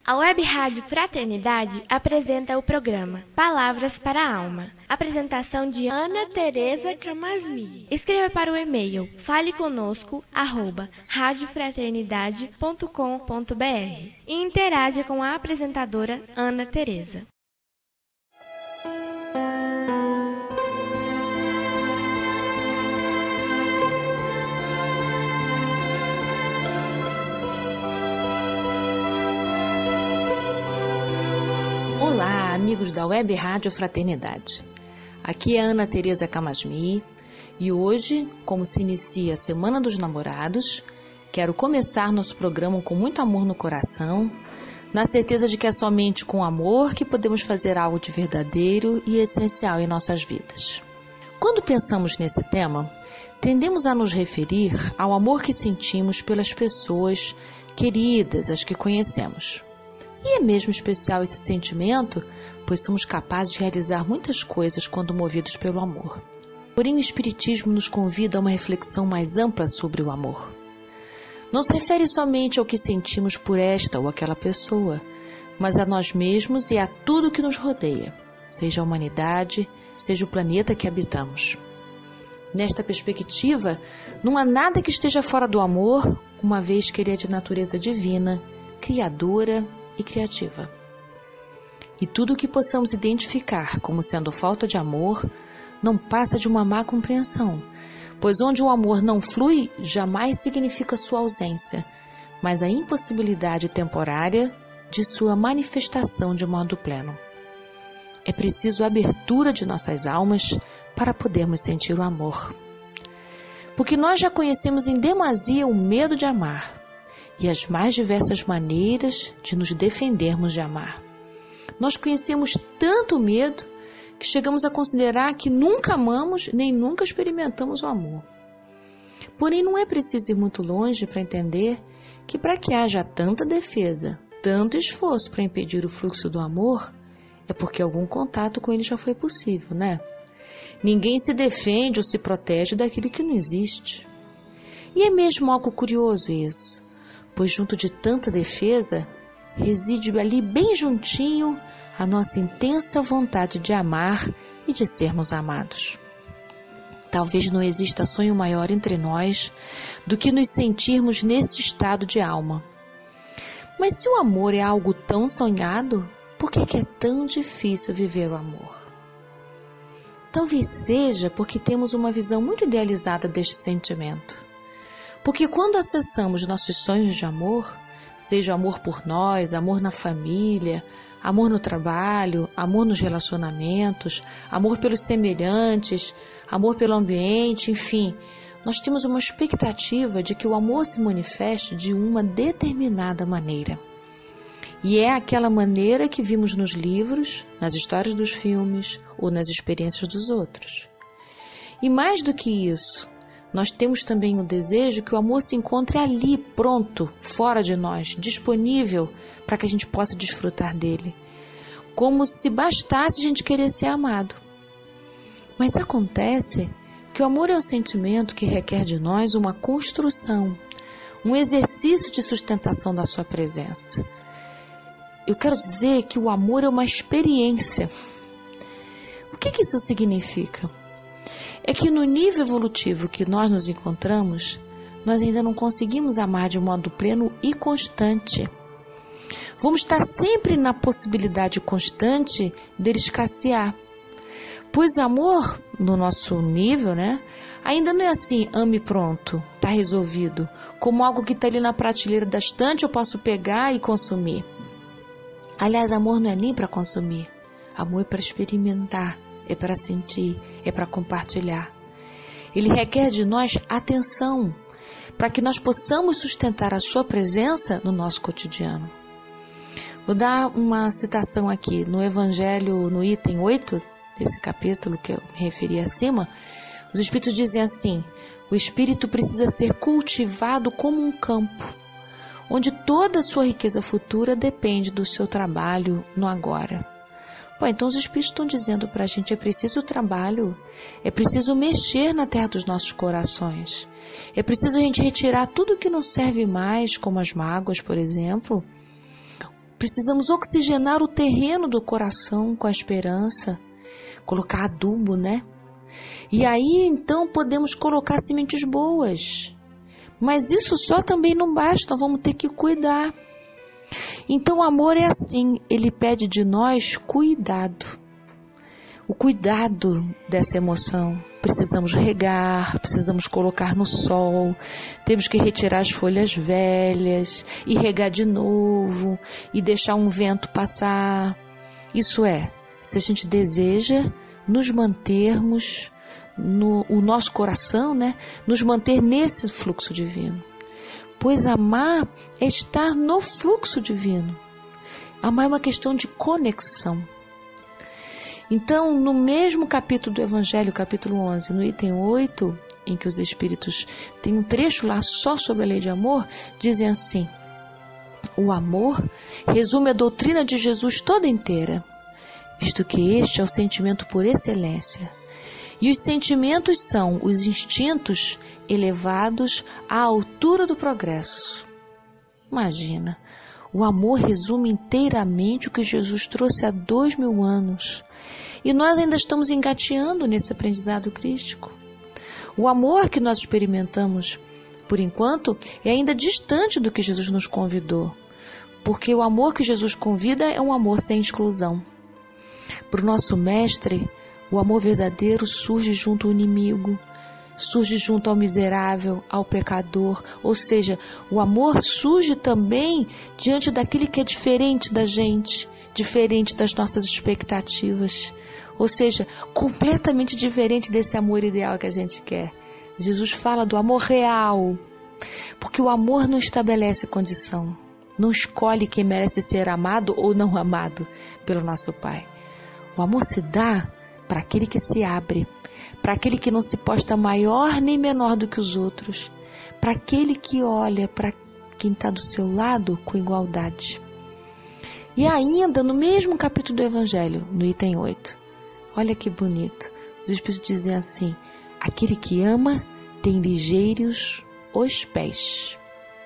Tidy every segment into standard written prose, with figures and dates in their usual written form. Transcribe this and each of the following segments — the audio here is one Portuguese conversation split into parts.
A Web Rádio Fraternidade apresenta o programa Palavras para a Alma. Apresentação de Ana Tereza Camasmi. Escreva para o e-mail faleconosco@radiofraternidade.com.br e interaja com a apresentadora Ana Tereza. Olá, amigos da Web Rádio Fraternidade. Aqui é Ana Tereza Camasmi e hoje, como se inicia a Semana dos Namorados, quero começar nosso programa com muito amor no coração, na certeza de que é somente com amor que podemos fazer algo de verdadeiro e essencial em nossas vidas. Quando pensamos nesse tema, tendemos a nos referir ao amor que sentimos pelas pessoas queridas, as que conhecemos. E é mesmo especial esse sentimento, pois somos capazes de realizar muitas coisas quando movidos pelo amor. Porém, o Espiritismo nos convida a uma reflexão mais ampla sobre o amor. Não se refere somente ao que sentimos por esta ou aquela pessoa, mas a nós mesmos e a tudo que nos rodeia, seja a humanidade, seja o planeta que habitamos. Nesta perspectiva, não há nada que esteja fora do amor, uma vez que ele é de natureza divina, criadora e criativa. E tudo o que possamos identificar como sendo falta de amor não passa de uma má compreensão, pois onde o amor não flui, jamais significa sua ausência, mas a impossibilidade temporária de sua manifestação de modo pleno. É preciso a abertura de nossas almas para podermos sentir o amor. Porque nós já conhecemos em demasia o medo de amar e as mais diversas maneiras de nos defendermos de amar. Nós conhecemos tanto medo que chegamos a considerar que nunca amamos nem nunca experimentamos o amor. Porém, não é preciso ir muito longe para entender que para que haja tanta defesa, tanto esforço para impedir o fluxo do amor, é porque algum contato com ele já foi possível, né? Ninguém se defende ou se protege daquilo que não existe. E é mesmo algo curioso isso, pois junto de tanta defesa, reside ali bem juntinho a nossa intensa vontade de amar e de sermos amados. Talvez não exista sonho maior entre nós do que nos sentirmos nesse estado de alma. Mas se o amor é algo tão sonhado, por que é tão difícil viver o amor? Talvez seja porque temos uma visão muito idealizada deste sentimento. Porque quando acessamos nossos sonhos de amor, seja amor por nós, amor na família, amor no trabalho, amor nos relacionamentos, amor pelos semelhantes, amor pelo ambiente, enfim, nós temos uma expectativa de que o amor se manifeste de uma determinada maneira. E é aquela maneira que vimos nos livros, nas histórias dos filmes ou nas experiências dos outros. E mais do que isso, nós temos também o desejo que o amor se encontre ali, pronto, fora de nós, disponível para que a gente possa desfrutar dele. Como se bastasse a gente querer ser amado. Mas acontece que o amor é um sentimento que requer de nós uma construção, um exercício de sustentação da sua presença. Eu quero dizer que o amor é uma experiência. O que isso significa? É que no nível evolutivo que nós nos encontramos, nós ainda não conseguimos amar de modo pleno e constante. Vamos estar sempre na possibilidade constante dele escassear. Pois o amor, no nosso nível, ainda não é assim, ame pronto, está resolvido. Como algo que está ali na prateleira da estante, eu posso pegar e consumir. Aliás, amor não é nem para consumir. Amor é para experimentar. É para sentir, é para compartilhar. Ele requer de nós atenção, para que nós possamos sustentar a sua presença no nosso cotidiano. Vou dar uma citação aqui, no Evangelho, no item 8 desse capítulo que eu me referi acima, os Espíritos dizem assim: o Espírito precisa ser cultivado como um campo, onde toda a sua riqueza futura depende do seu trabalho no agora. Bom, então os Espíritos estão dizendo para a gente, é preciso trabalho, é preciso mexer na terra dos nossos corações, é preciso a gente retirar tudo que não serve mais, como as mágoas, por exemplo, Precisamos oxigenar o terreno do coração com a esperança, colocar adubo, né? E aí, então, podemos colocar sementes boas. Mas isso só também não basta, nós vamos ter que cuidar. Então, o amor é assim, ele pede de nós cuidado. O cuidado dessa emoção. Precisamos regar, precisamos colocar no sol, temos que retirar as folhas velhas e regar de novo e deixar um vento passar. Isso é, se a gente deseja nos mantermos o nosso coração, né, nos manter nesse fluxo divino. Pois amar é estar no fluxo divino. Amar é uma questão de conexão. Então, no mesmo capítulo do Evangelho, capítulo 11, no item 8, em que os Espíritos têm um trecho lá só sobre a lei de amor, dizem assim: o amor resume a doutrina de Jesus toda inteira, visto que este é o sentimento por excelência. E os sentimentos são os instintos elevados à altura do progresso. Imagina, o amor resume inteiramente o que Jesus trouxe há 2000 anos. E nós ainda estamos engateando nesse aprendizado crístico. O amor que nós experimentamos, por enquanto, é ainda distante do que Jesus nos convidou. Porque o amor que Jesus convida é um amor sem exclusão. Para o nosso mestre, o amor verdadeiro surge junto ao inimigo, surge junto ao miserável, ao pecador. Ou seja, o amor surge também diante daquele que é diferente da gente, diferente das nossas expectativas. Ou seja, completamente diferente desse amor ideal que a gente quer. Jesus fala do amor real, porque o amor não estabelece condição, não escolhe quem merece ser amado ou não amado pelo nosso Pai. O amor se dá para aquele que se abre, para aquele que não se posta maior nem menor do que os outros, para aquele que olha para quem está do seu lado com igualdade. E ainda no mesmo capítulo do Evangelho, no item 8, olha que bonito, os Espíritos dizem assim: aquele que ama tem ligeiros os pés.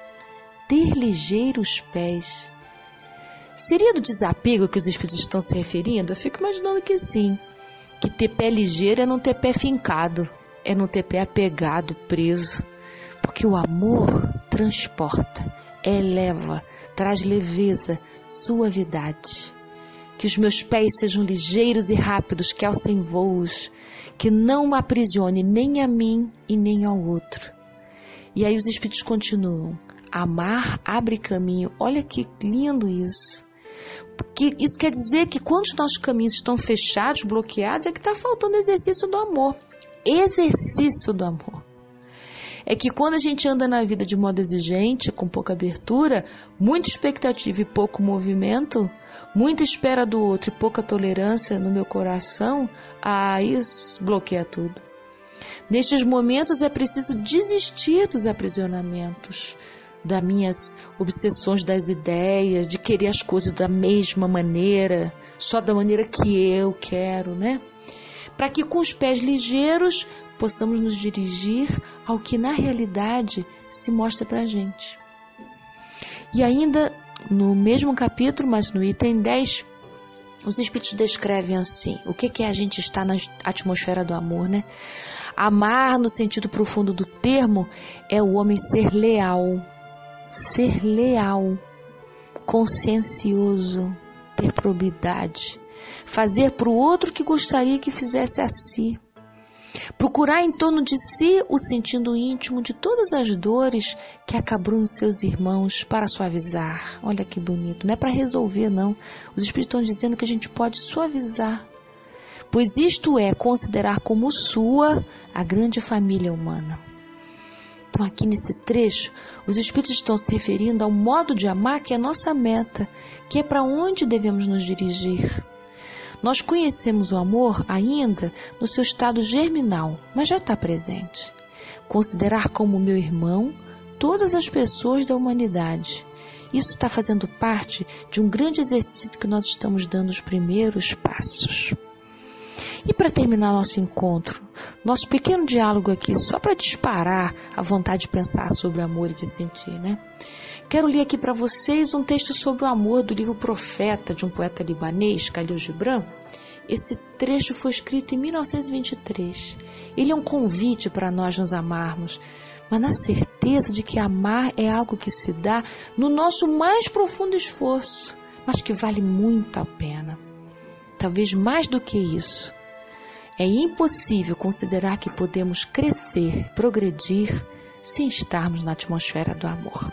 Ter ligeiros pés. Seria do desapego que os Espíritos estão se referindo? Eu fico imaginando que sim. Que ter pé ligeiro é não ter pé fincado, é não ter pé apegado, preso. Porque o amor transporta, eleva, traz leveza, suavidade. Que os meus pés sejam ligeiros e rápidos, que alcem voos, que não me aprisione nem a mim e nem ao outro. E aí os Espíritos continuam: amar abre caminho. Olha que lindo isso. Porque isso quer dizer que quando os nossos caminhos estão fechados, bloqueados, é que está faltando exercício do amor. Exercício do amor. É que quando a gente anda na vida de modo exigente, com pouca abertura, muita expectativa e pouco movimento, muita espera do outro e pouca tolerância no meu coração, isso bloqueia tudo. Nestes momentos é preciso desistir dos aprisionamentos, das minhas obsessões das ideias, de querer as coisas da mesma maneira, só da maneira que eu quero, né? Para que com os pés ligeiros possamos nos dirigir ao que na realidade se mostra para a gente. E ainda no mesmo capítulo, mas no item 10, os Espíritos descrevem assim: o que é a gente estar na atmosfera do amor, né? Amar, no sentido profundo do termo, é o homem ser leal, consciencioso, ter probidade, fazer para o outro o que gostaria que fizesse a si, procurar em torno de si o sentido íntimo de todas as dores que acabrunham seus irmãos para suavizar. Olha que bonito, não é para resolver não, os Espíritos estão dizendo que a gente pode suavizar, pois isto é considerar como sua a grande família humana. Então aqui nesse trecho, os Espíritos estão se referindo ao modo de amar que é a nossa meta, que é para onde devemos nos dirigir. Nós conhecemos o amor ainda no seu estado germinal, mas já está presente. Considerar como meu irmão todas as pessoas da humanidade. Isso está fazendo parte de um grande exercício que nós estamos dando os primeiros passos. E para terminar nosso encontro, nosso pequeno diálogo aqui, só para disparar a vontade de pensar sobre amor e de sentir, né? Quero ler aqui para vocês um texto sobre o amor do livro Profeta, de um poeta libanês, Khalil Gibran. Esse trecho foi escrito em 1923. Ele é um convite para nós nos amarmos, mas na certeza de que amar é algo que se dá no nosso mais profundo esforço, mas que vale muito a pena. Talvez mais do que isso, é impossível considerar que podemos crescer, progredir, sem estarmos na atmosfera do amor.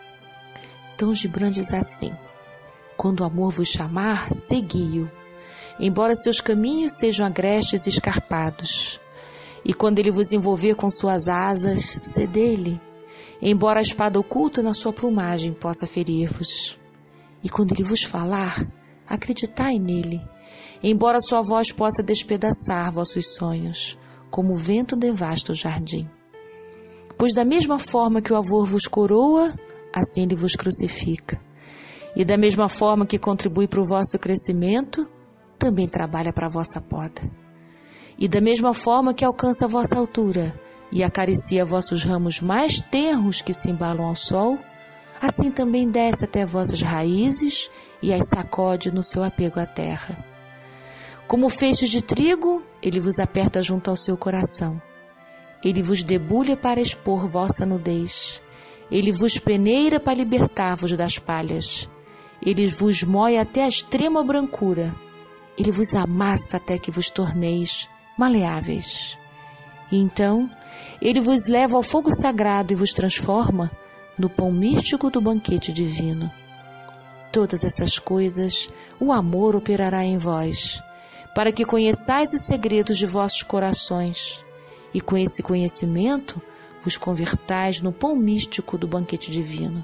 Então Gibran diz assim: quando o amor vos chamar, segui-o, embora seus caminhos sejam agrestes e escarpados. E quando ele vos envolver com suas asas, cedei-lhe, embora a espada oculta na sua plumagem possa ferir-vos. E quando ele vos falar, acreditai nele, embora sua voz possa despedaçar vossos sonhos, como o vento devasta o jardim. Pois da mesma forma que o amor vos coroa, assim ele vos crucifica. E da mesma forma que contribui para o vosso crescimento, também trabalha para a vossa poda. E da mesma forma que alcança a vossa altura e acaricia vossos ramos mais tenros que se embalam ao sol, assim também desce até vossas raízes e as sacode no seu apego à terra. Como feixes de trigo, ele vos aperta junto ao seu coração. Ele vos debulha para expor vossa nudez. Ele vos peneira para libertar-vos das palhas. Ele vos moe até a extrema brancura. Ele vos amassa até que vos torneis maleáveis. E então, ele vos leva ao fogo sagrado e vos transforma no pão místico do banquete divino. Todas essas coisas o amor operará em vós, para que conheçais os segredos de vossos corações, e com esse conhecimento vos convertais no pão místico do banquete divino.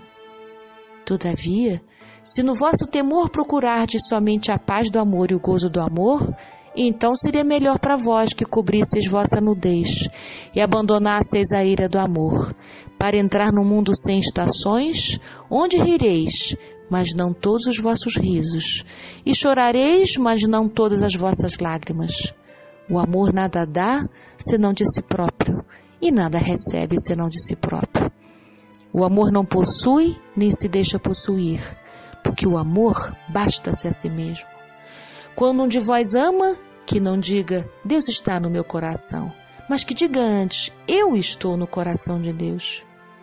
Todavia, se no vosso temor procurardes somente a paz do amor e o gozo do amor, então seria melhor para vós que cobrisseis vossa nudez e abandonasseis a ira do amor, para entrar no mundo sem estações, onde rireis, mas não todos os vossos risos, e chorareis, mas não todas as vossas lágrimas. O amor nada dá, senão de si próprio, e nada recebe, senão de si próprio. O amor não possui, nem se deixa possuir, porque o amor basta-se a si mesmo. Quando um de vós ama, que não diga, Deus está no meu coração, mas que diga antes, eu estou no coração de Deus.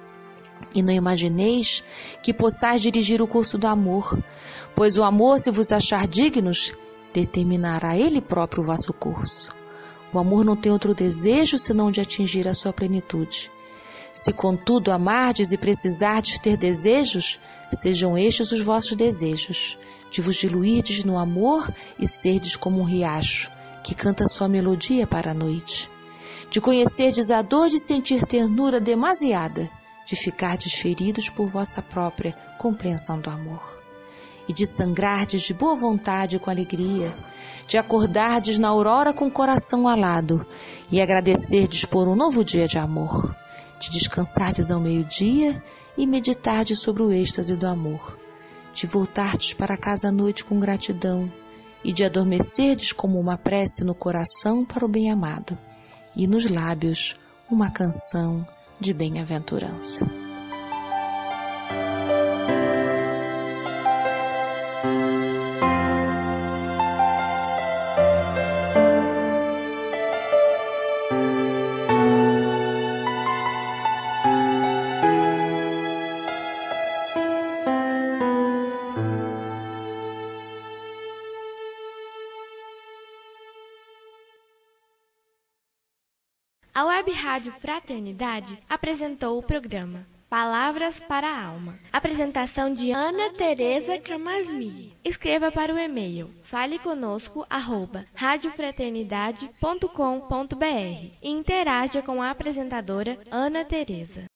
E não imagineis que possais dirigir o curso do amor, pois o amor, se vos achar dignos, determinará ele próprio o vosso curso. O amor não tem outro desejo senão de atingir a sua plenitude. Se contudo amardes e precisardes ter desejos, sejam estes os vossos desejos, de vos diluirdes no amor e serdes como um riacho, que canta sua melodia para a noite, de conhecerdes a dor de sentir ternura demasiada, de ficardes feridos por vossa própria compreensão do amor, e de sangrardes de boa vontade com alegria, de acordardes na aurora com o coração alado, e agradecerdes por um novo dia de amor, de descansardes ao meio-dia e meditardes sobre o êxtase do amor, de voltardes para casa à noite com gratidão, e de adormecerdes como uma prece no coração para o bem-amado, e nos lábios uma canção de bem-aventurança. A Web Rádio Fraternidade apresentou o programa Palavras para a Alma. Apresentação de Ana Tereza Camasmi. Escreva para o e-mail faleconosco@radiofraternidade.com.br e interaja com a apresentadora Ana Tereza.